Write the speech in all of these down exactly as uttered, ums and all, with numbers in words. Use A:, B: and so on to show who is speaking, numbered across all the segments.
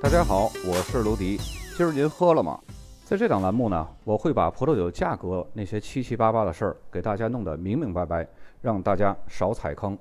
A: 大家好，我是卢迪。今儿您喝了吗？在这档栏目呢，我会把葡萄酒价格那些七七八八的事儿给大家弄得明明白白，让大家少踩坑。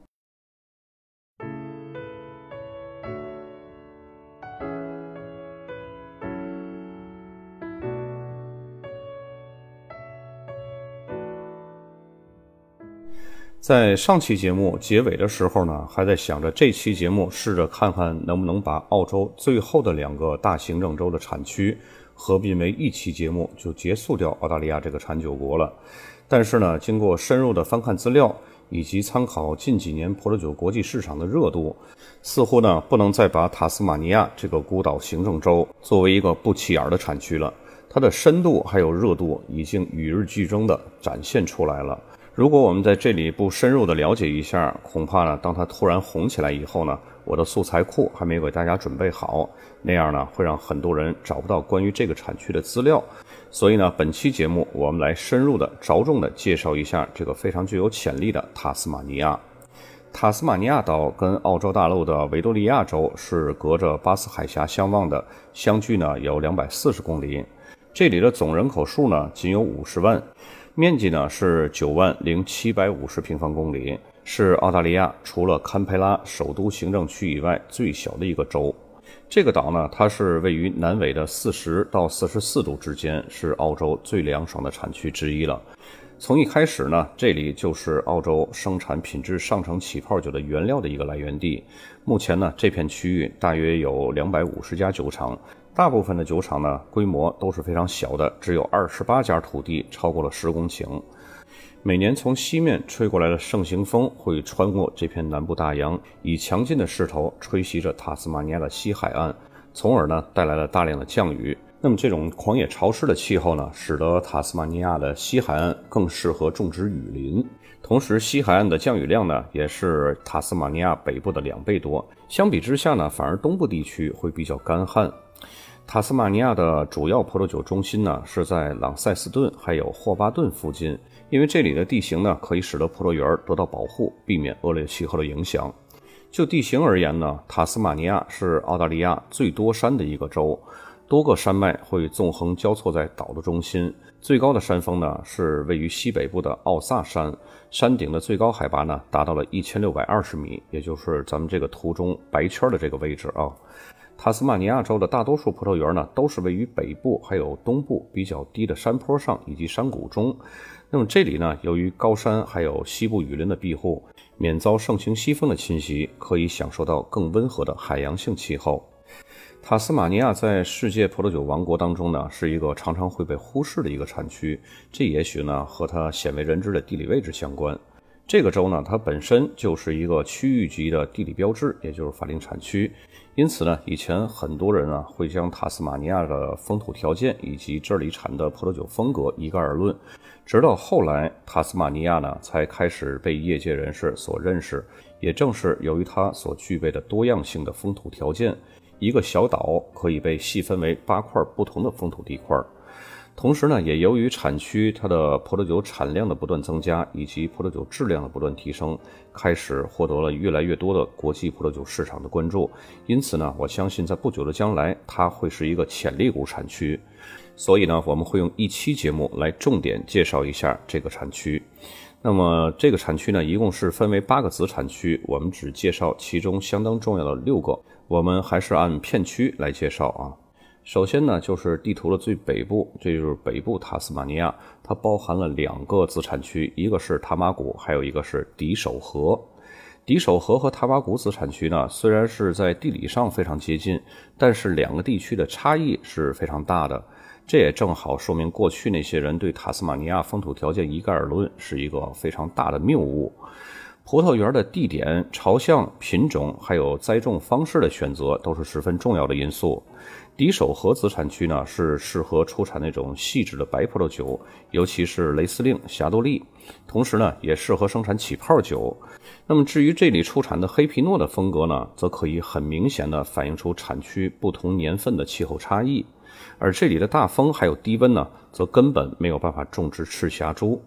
A: 在上期节目结尾的时候呢，还在想着这期节目试着看看能不能把澳洲最后的两个大行政州的产区合并为一期节目，就结束掉澳大利亚这个产酒国了。但是呢，经过深入的翻看资料以及参考近几年葡萄酒国际市场的热度，似乎呢不能再把塔斯马尼亚这个孤岛行政州作为一个不起眼的产区了，它的深度还有热度已经与日俱增的展现出来了。如果我们在这里不深入的了解一下，恐怕呢，当它突然红起来以后呢，我的素材库还没给大家准备好，那样呢，会让很多人找不到关于这个产区的资料。所以呢，本期节目我们来深入的、着重的介绍一下这个非常具有潜力的塔斯马尼亚。塔斯马尼亚岛跟澳洲大陆的维多利亚州是隔着巴斯海峡相望的，相距呢有两百四十公里。这里的总人口数呢仅有五十万。面积呢是九万零七百五十平方公里，是澳大利亚除了堪培拉首都行政区以外最小的一个州。这个岛呢，它是位于南纬的四十到四十四度之间，是澳洲最凉爽的产区之一了。从一开始呢，这里就是澳洲生产品质上乘起泡酒的原料的一个来源地。目前呢，这片区域大约有两百五十家酒厂。大部分的酒厂呢，规模都是非常小的，只有二十八家，土地超过了十公顷。每年从西面吹过来的盛行风会穿过这片南部大洋，以强劲的势头吹袭着塔斯马尼亚的西海岸，从而呢带来了大量的降雨。那么这种狂野潮湿的气候呢，使得塔斯马尼亚的西海岸更适合种植雨林。同时，西海岸的降雨量呢，也是塔斯马尼亚北部的两倍多。相比之下呢，反而东部地区会比较干旱。塔斯马尼亚的主要葡萄酒中心呢是在朗塞斯顿还有霍巴顿附近，因为这里的地形呢可以使得葡萄园得到保护，避免恶劣气候的影响。就地形而言呢，塔斯马尼亚是澳大利亚最多山的一个州，多个山脉会纵横交错在岛的中心。最高的山峰呢是位于西北部的奥萨山，山顶的最高海拔呢达到了一千六百二十米，也就是咱们这个图中白圈的这个位置啊。塔斯马尼亚州的大多数葡萄园呢，都是位于北部还有东部比较低的山坡上以及山谷中。那么这里呢，由于高山还有西部雨林的庇护，免遭盛行西风的侵袭，可以享受到更温和的海洋性气候。塔斯马尼亚在世界葡萄酒王国当中呢，是一个常常会被忽视的一个产区，这也许呢和它鲜为人知的地理位置相关。这个州呢，它本身就是一个区域级的地理标志，也就是法定产区。因此呢，以前很多人啊会将塔斯马尼亚的风土条件以及这里产的葡萄酒风格一概而论。直到后来，塔斯马尼亚呢才开始被业界人士所认识。也正是由于它所具备的多样性的风土条件，一个小岛可以被细分为八块不同的风土地块。同时呢，也由于产区它的葡萄酒产量的不断增加，以及葡萄酒质量的不断提升，开始获得了越来越多的国际葡萄酒市场的关注。因此呢，我相信在不久的将来，它会是一个潜力股产区。所以呢，我们会用一期节目来重点介绍一下这个产区。那么这个产区呢，一共是分为八个子产区，我们只介绍其中相当重要的六个，我们还是按片区来介绍啊。首先呢，就是地图的最北部，这就是北部塔斯马尼亚，它包含了两个子产区，一个是塔马谷，还有一个是迪首河。迪首河和塔马谷子产区呢，虽然是在地理上非常接近，但是两个地区的差异是非常大的。这也正好说明过去那些人对塔斯马尼亚风土条件一概而论是一个非常大的谬误。葡萄园的地点、朝向、品种还有栽种方式的选择都是十分重要的因素。迪首河子产区呢，是适合出产那种细致的白葡萄酒，尤其是雷司令、霞多丽，同时呢，也适合生产起泡酒。那么至于这里出产的黑皮诺的风格呢，则可以很明显地反映出产区不同年份的气候差异。而这里的大风还有低温呢，则根本没有办法种植赤霞珠。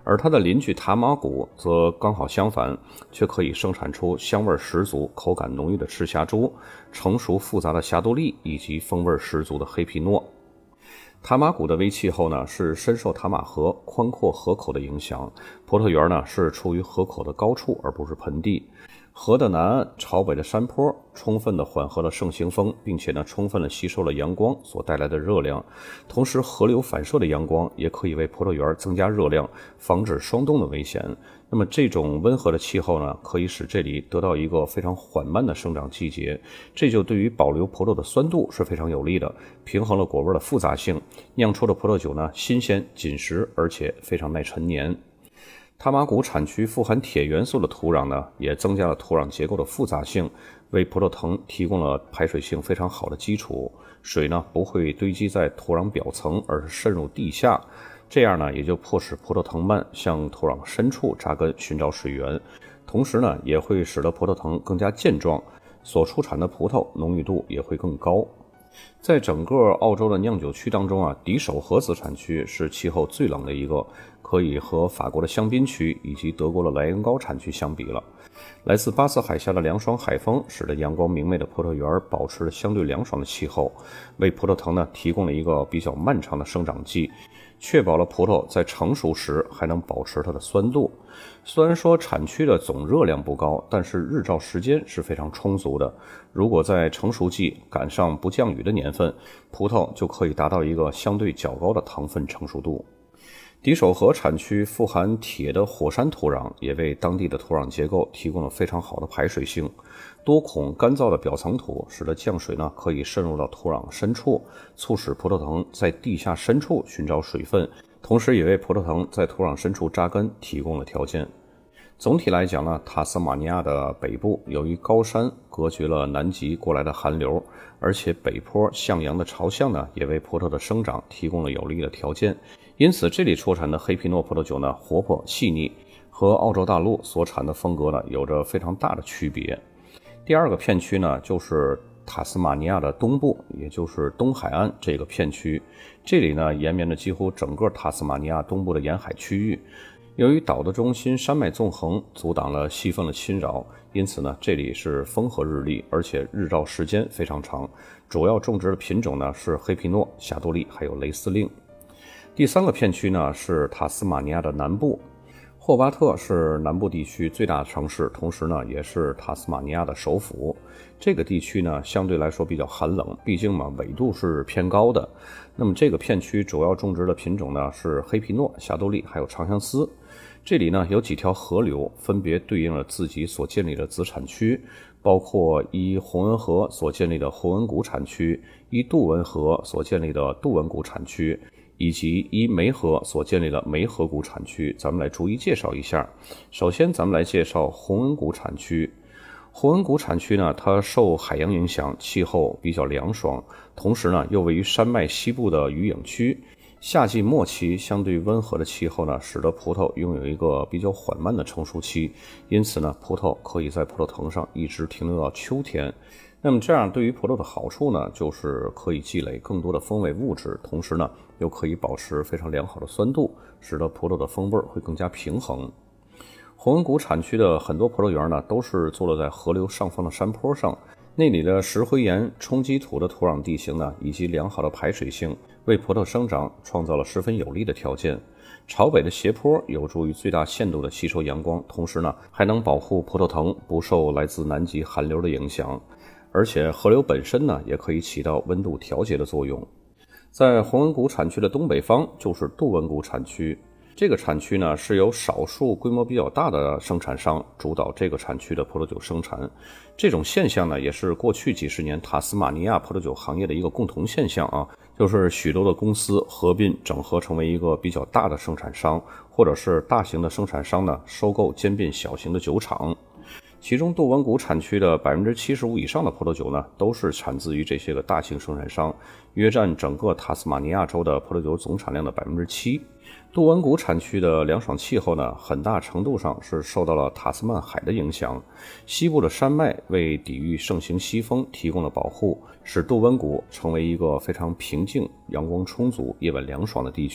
A: 而它的邻居塔马谷则刚好相反，却可以生产出香味十足、口感浓郁的赤霞珠、成熟复杂的霞多丽以及风味十足的黑皮诺。塔马谷的微气候呢是深受塔马河宽阔河口的影响，葡萄园呢是处于河口的高处而不是盆地。河的南岸朝北的山坡充分的缓和了盛行风，并且呢充分的吸收了阳光所带来的热量，同时河流反射的阳光也可以为葡萄园增加热量，防止霜冻的危险。那么这种温和的气候呢可以使这里得到一个非常缓慢的生长季节，这就对于保留葡萄的酸度是非常有利的，平衡了果味的复杂性，酿出的葡萄酒呢新鲜紧实，而且非常耐陈年。塔马谷产区富含铁元素的土壤呢，也增加了土壤结构的复杂性，为葡萄藤提供了排水性非常好的基础。水呢不会堆积在土壤表层，而是渗入地下，这样呢也就迫使葡萄藤蔓向土壤深处扎根，寻找水源。同时呢，也会使得葡萄藤更加健壮，所出产的葡萄浓郁度也会更高。在整个澳洲的酿酒区当中啊，迪首河子产区是气候最冷的一个，可以和法国的香槟区以及德国的莱茵高产区相比了。来自巴斯海峡的凉爽海风使得阳光明媚的葡萄园保持了相对凉爽的气候，为葡萄藤呢提供了一个比较漫长的生长季，确保了葡萄在成熟时还能保持它的酸度。虽然说产区的总热量不高，但是日照时间是非常充足的。如果在成熟季赶上不降雨的年份，葡萄就可以达到一个相对较高的糖分成熟度。迪首河产区富含铁的火山土壤，也为当地的土壤结构提供了非常好的排水性。多孔干燥的表层土使得降水呢可以渗入到土壤深处，促使葡萄藤在地下深处寻找水分，同时也为葡萄藤在土壤深处扎根提供了条件。总体来讲呢，塔斯马尼亚的北部由于高山隔绝了南极过来的寒流，而且北坡向阳的朝向呢也为葡萄的生长提供了有利的条件，因此这里出产的黑皮诺葡萄酒呢活泼细腻，和澳洲大陆所产的风格呢有着非常大的区别。第二个片区呢就是塔斯马尼亚的东部，也就是东海岸这个片区，这里呢延绵着几乎整个塔斯马尼亚东部的沿海区域。由于岛的中心山脉纵横，阻挡了西风的侵扰，因此呢这里是风和日丽，而且日照时间非常长。主要种植的品种呢是黑皮诺、霞多丽还有雷司令。第三个片区呢是塔斯马尼亚的南部，霍巴特是南部地区最大的城市，同时呢也是塔斯马尼亚的首府。这个地区呢相对来说比较寒冷，毕竟嘛纬度是偏高的。那么这个片区主要种植的品种呢是黑皮诺、霞多丽还有长相思。这里呢有几条河流分别对应了自己所建立的子产区，包括依红文河所建立的红文谷产区，依杜文河所建立的杜文谷产区，以及依梅河所建立的梅河谷产区。咱们来逐一介绍一下。首先咱们来介绍红文谷产区。红文谷产区呢，它受海洋影响，气候比较凉爽，同时呢又位于山脉西部的余影区。夏季末期相对温和的气候呢，使得葡萄拥有一个比较缓慢的成熟期，因此呢，葡萄可以在葡萄藤上一直停留到秋天。那么这样对于葡萄的好处呢，就是可以积累更多的风味物质，同时呢，又可以保持非常良好的酸度，使得葡萄的风味会更加平衡。红文谷产区的很多葡萄园呢，都是坐落在河流上方的山坡上，那里的石灰岩冲积土的土壤地形呢，以及良好的排水性，为葡萄生长创造了十分有利的条件。朝北的斜坡有助于最大限度的吸收阳光，同时呢，还能保护葡萄藤不受来自南极寒流的影响。而且河流本身呢，也可以起到温度调节的作用。在红文谷产区的东北方就是杜文谷产区。这个产区呢是由少数规模比较大的生产商主导这个产区的葡萄酒生产，这种现象呢也是过去几十年塔斯马尼亚葡萄酒行业的一个共同现象啊，就是许多的公司合并整合成为一个比较大的生产商，或者是大型的生产商呢收购兼并小型的酒厂。其中杜文谷产区的 百分之七十五 以上的葡萄酒呢都是产自于这些个大型生产商，约占整个塔斯马尼亚州的葡萄酒总产量的 百分之七。杜文谷产区的凉爽气候呢，很大程度上是受到了塔斯曼海的影响。西部的山脉为抵御盛行西风提供了保护，使杜文谷成为一个非常平静、阳光充足、夜晚凉爽的地区。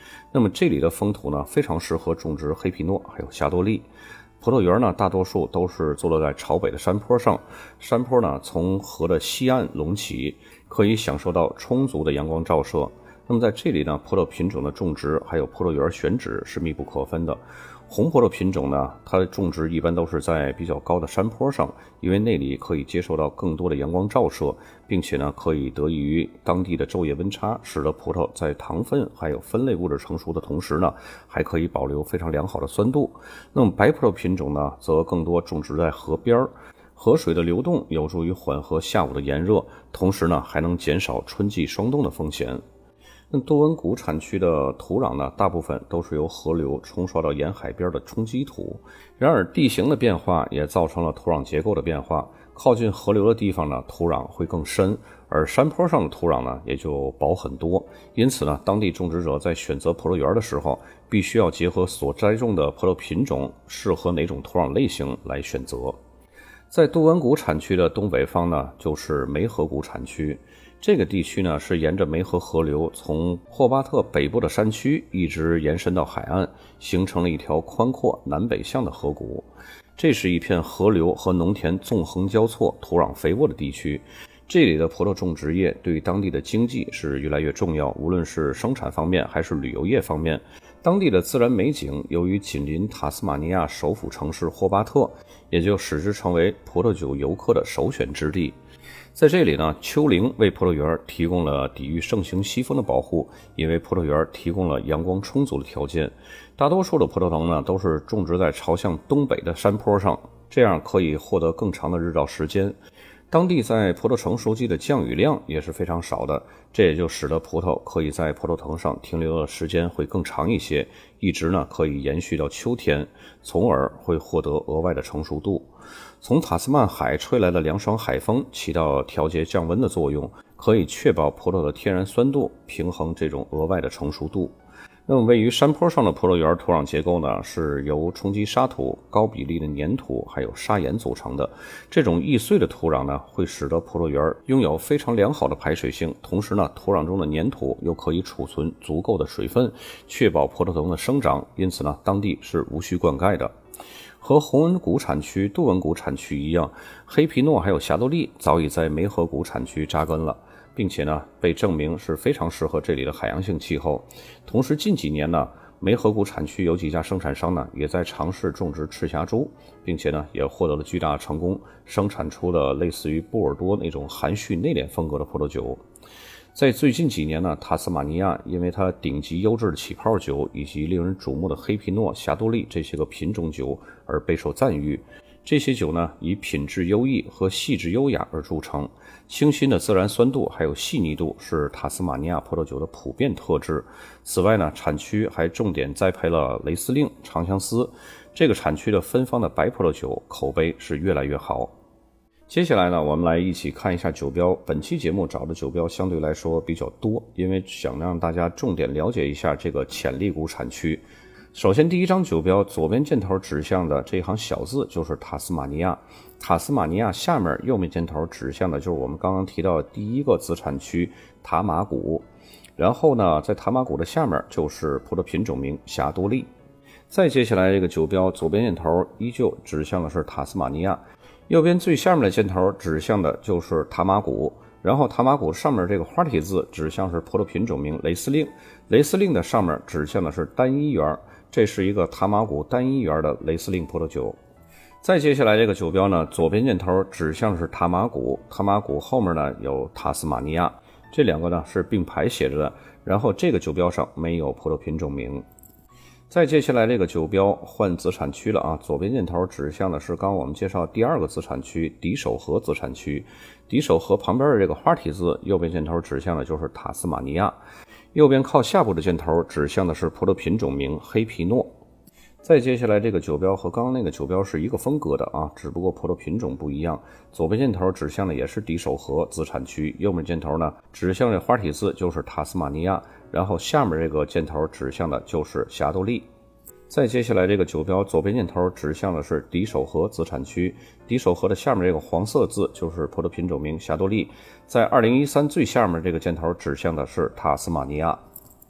A: 那么这里的风土呢，非常适合种植黑皮诺还有霞多丽。葡萄园呢，大多数都是坐落在朝北的山坡上，山坡呢从河的西岸隆起，可以享受到充足的阳光照射。那么在这里呢，葡萄品种的种植还有葡萄园选址是密不可分的。红葡萄品种呢，它的种植一般都是在比较高的山坡上，因为那里可以接受到更多的阳光照射，并且呢，可以得益于当地的昼夜温差，使得葡萄在糖分还有酚类物质成熟的同时呢，还可以保留非常良好的酸度。那么白葡萄品种呢，则更多种植在河边，河水的流动有助于缓和下午的炎热，同时呢，还能减少春季霜冻的风险。那多温谷产区的土壤呢，大部分都是由河流冲刷到沿海边的冲积土。然而地形的变化也造成了土壤结构的变化。靠近河流的地方呢，土壤会更深，而山坡上的土壤呢，也就薄很多。因此呢，当地种植者在选择葡萄园的时候，必须要结合所栽种的葡萄品种适合哪种土壤类型来选择。在多温谷产区的东北方呢，就是梅河谷产区。这个地区呢，是沿着梅河河流从霍巴特北部的山区一直延伸到海岸，形成了一条宽阔南北向的河谷。这是一片河流和农田纵横交错、土壤肥沃的地区。这里的葡萄种植业对当地的经济是越来越重要，无论是生产方面还是旅游业方面。当地的自然美景由于紧邻塔斯马尼亚首府城市霍巴特，也就使之成为葡萄酒游客的首选之地。在这里呢，丘陵为葡萄园提供了抵御盛行西风的保护，也为葡萄园提供了阳光充足的条件。大多数的葡萄藤呢，都是种植在朝向东北的山坡上，这样可以获得更长的日照时间。当地在葡萄成熟季的降雨量也是非常少的，这也就使得葡萄可以在葡萄藤上停留的时间会更长一些，一直呢可以延续到秋天，从而会获得额外的成熟度。从塔斯曼海吹来的凉爽海风起到调节降温的作用，可以确保葡萄的天然酸度，平衡这种额外的成熟度。那么位于山坡上的葡萄园土壤结构呢，是由冲积沙土、高比例的粘土还有砂岩组成的。这种易碎的土壤呢，会使得葡萄园拥有非常良好的排水性，同时呢，土壤中的粘土又可以储存足够的水分，确保葡萄藤的生长，因此呢，当地是无需灌溉的。和红温谷产区、杜温谷产区一样，黑皮诺还有霞多丽早已在梅河谷产区扎根了，并且呢，被证明是非常适合这里的海洋性气候。同时近几年呢，梅河谷产区有几家生产商呢，也在尝试种植赤霞珠，并且呢，也获得了巨大的成功，生产出了类似于波尔多那种含蓄内敛风格的葡萄酒。在最近几年呢，塔斯马尼亚因为它顶级优质的起泡酒以及令人瞩目的黑皮诺、霞多丽这些个品种酒而备受赞誉。这些酒呢，以品质优异和细致优雅而著称，清新的自然酸度还有细腻度是塔斯马尼亚葡萄酒的普遍特质。此外呢，产区还重点栽培了雷司令、长相思，这个产区的芬芳的白葡萄酒口碑是越来越好。接下来呢，我们来一起看一下酒标。本期节目找的酒标相对来说比较多，因为想让大家重点了解一下这个潜力股产区。首先第一张酒标左边箭头指向的这一行小字就是塔斯马尼亚，塔斯马尼亚下面右边箭头指向的就是我们刚刚提到的第一个子产区塔马谷，然后呢，在塔马谷的下面就是葡萄品种名霞多丽。再接下来这个酒标左边箭头依旧指向的是塔斯马尼亚，右边最下面的箭头指向的就是塔马谷，然后塔马谷上面这个花体字指向是葡萄品种名雷司令，雷司令的上面指向的是单一园，这是一个塔马谷单一园的雷司令葡萄酒。再接下来这个酒标呢，左边箭头指向是塔马谷，塔马谷后面呢有塔斯马尼亚，这两个呢是并排写着的，然后这个酒标上没有葡萄品种名。再接下来这个酒标换子产区了啊，左边箭头指向的是刚刚我们介绍第二个子产区敌手河子产区，敌手河旁边的这个花体字右边箭头指向的就是塔斯马尼亚，右边靠下部的箭头指向的是葡萄品种名黑皮诺。再接下来这个酒标和刚刚那个酒标是一个风格的啊，只不过葡萄品种不一样，左边箭头指向的也是敌手河子产区，右边箭头呢指向这花体字就是塔斯马尼亚，然后下面这个箭头指向的就是霞多丽。再接下来这个酒标左边箭头指向的是敌手河子产区，敌手河的下面这个黄色字就是葡萄品种名霞多丽，在二零一三最下面这个箭头指向的是塔斯马尼亚。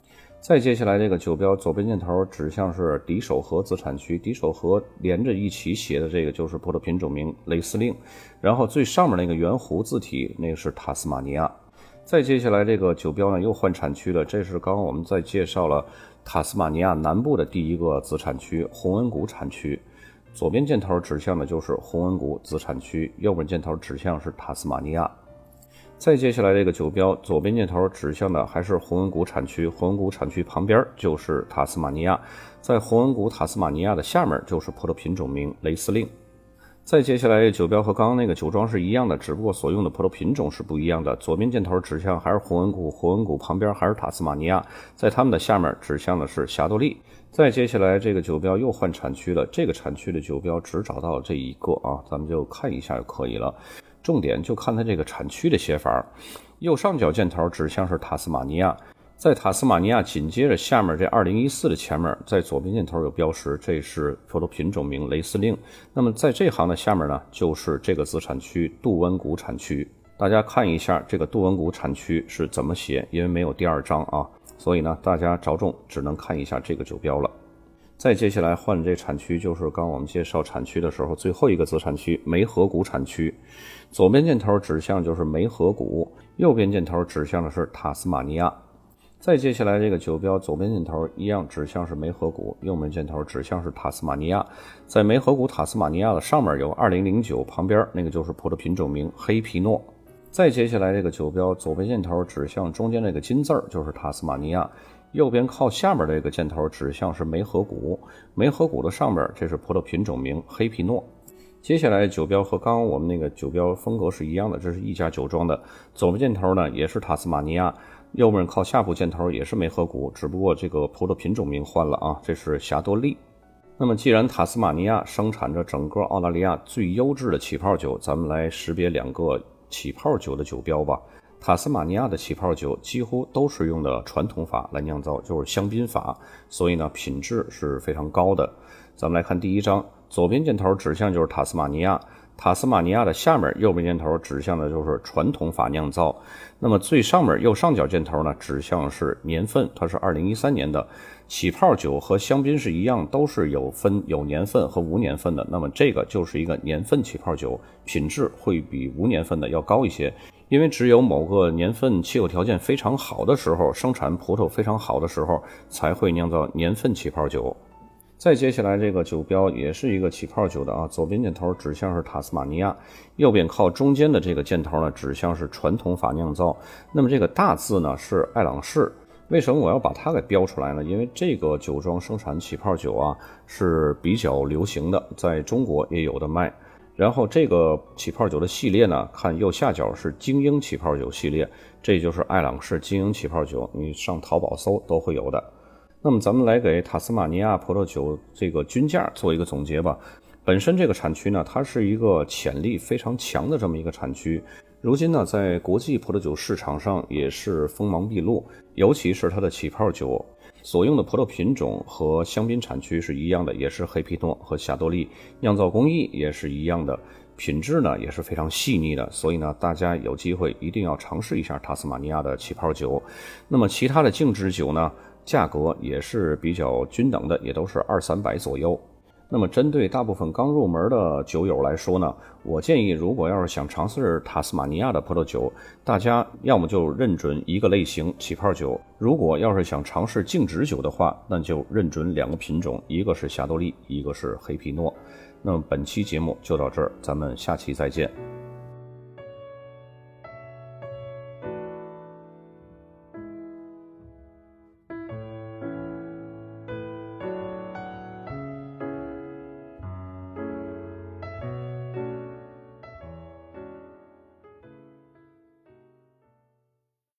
A: 再接下来这个酒标左边箭头指向是敌手河子产区，敌手河连着一起写的这个就是葡萄品种名雷司令，然后最上面那个圆弧字体那个是塔斯马尼亚。再接下来这个酒标呢又换产区了，这是刚刚我们在介绍了塔斯马尼亚南部的第一个子产区洪恩谷产区，左边箭头指向的就是洪恩谷子产区，右边箭头指向是塔斯马尼亚。再接下来这个酒标左边箭头指向的还是洪恩谷产区，洪恩谷产区旁边就是塔斯马尼亚，在洪恩谷塔斯马尼亚的下面就是葡萄品种名雷司令。再接下来这酒标和刚刚那个酒庄是一样的，只不过所用的葡萄品种是不一样的，左边箭头指向还是洪恩谷，洪恩谷旁边还是塔斯马尼亚，在他们的下面指向的是霞多丽。再接下来这个酒标又换产区了，这个产区的酒标只找到这一个啊，咱们就看一下就可以了，重点就看它这个产区的写法。右上角箭头指向是塔斯马尼亚，在塔斯马尼亚紧接着下面这二零一四的前面，在左边箭头有标识，这是葡萄品种名雷司令。那么在这行的下面呢，就是这个子产区杜温谷产区。大家看一下这个杜温谷产区是怎么写，因为没有第二章啊，所以呢大家着重只能看一下这个酒标了。再接下来换这产区就是刚我们介绍产区的时候最后一个子产区梅河谷产区，左边箭头指向就是梅河谷，右边箭头指向的是塔斯马尼亚。再接下来这个酒标左边箭头一样指向是梅河谷，右边箭头指向是塔斯马尼亚，在梅河谷塔斯马尼亚的上面有二零零九，旁边那个就是葡萄品种名黑皮诺。再接下来这个酒标左边箭头指向中间这个金字儿就是塔斯马尼亚，右边靠下面这个箭头指向是梅河谷，梅河谷的上面这是葡萄品种名黑皮诺。接下来酒标和刚刚我们那个酒标风格是一样的，这是一家酒庄的，左边箭头呢也是塔斯马尼亚，右边靠下部箭头也是梅河谷，只不过这个葡萄品种名换了啊，这是霞多丽。那么既然塔斯马尼亚生产着整个澳大利亚最优质的起泡酒，咱们来识别两个起泡酒的酒标吧。塔斯马尼亚的起泡酒几乎都是用的传统法来酿造，就是香槟法，所以呢品质是非常高的。咱们来看第一章，左边箭头指向就是塔斯马尼亚，塔斯马尼亚的下面右边箭头指向的就是传统法酿造，那么最上面右上角箭头呢指向是年份，它是二零一三年的。起泡酒和香槟是一样，都是有分有年份和无年份的，那么这个就是一个年份起泡酒，品质会比无年份的要高一些，因为只有某个年份气候条件非常好的时候，生产葡萄非常好的时候才会酿造年份起泡酒。再接下来这个酒标也是一个起泡酒的啊，左边箭头指向是塔斯马尼亚，右边靠中间的这个箭头呢指向是传统法酿造，那么这个大字呢是爱朗仕。为什么我要把它给标出来呢？因为这个酒庄生产起泡酒啊是比较流行的，在中国也有的卖。然后这个起泡酒的系列呢，看右下角是精英起泡酒系列，这就是爱朗仕精英起泡酒，你上淘宝搜都会有的。那么咱们来给塔斯马尼亚葡萄酒这个均价做一个总结吧。本身这个产区呢，它是一个潜力非常强的这么一个产区，如今呢在国际葡萄酒市场上也是锋芒毕露，尤其是它的起泡酒所用的葡萄品种和香槟产区是一样的，也是黑皮诺和霞多丽，酿造工艺也是一样的，品质呢也是非常细腻的，所以呢大家有机会一定要尝试一下塔斯马尼亚的起泡酒。那么其他的静止酒呢，价格也是比较均等的，也都是二三百左右。那么针对大部分刚入门的酒友来说呢，我建议如果要是想尝试塔斯马尼亚的葡萄酒，大家要么就认准一个类型起泡酒，如果要是想尝试静止酒的话，那就认准两个品种，一个是霞多丽，一个是黑皮诺。那么本期节目就到这儿，咱们下期再见。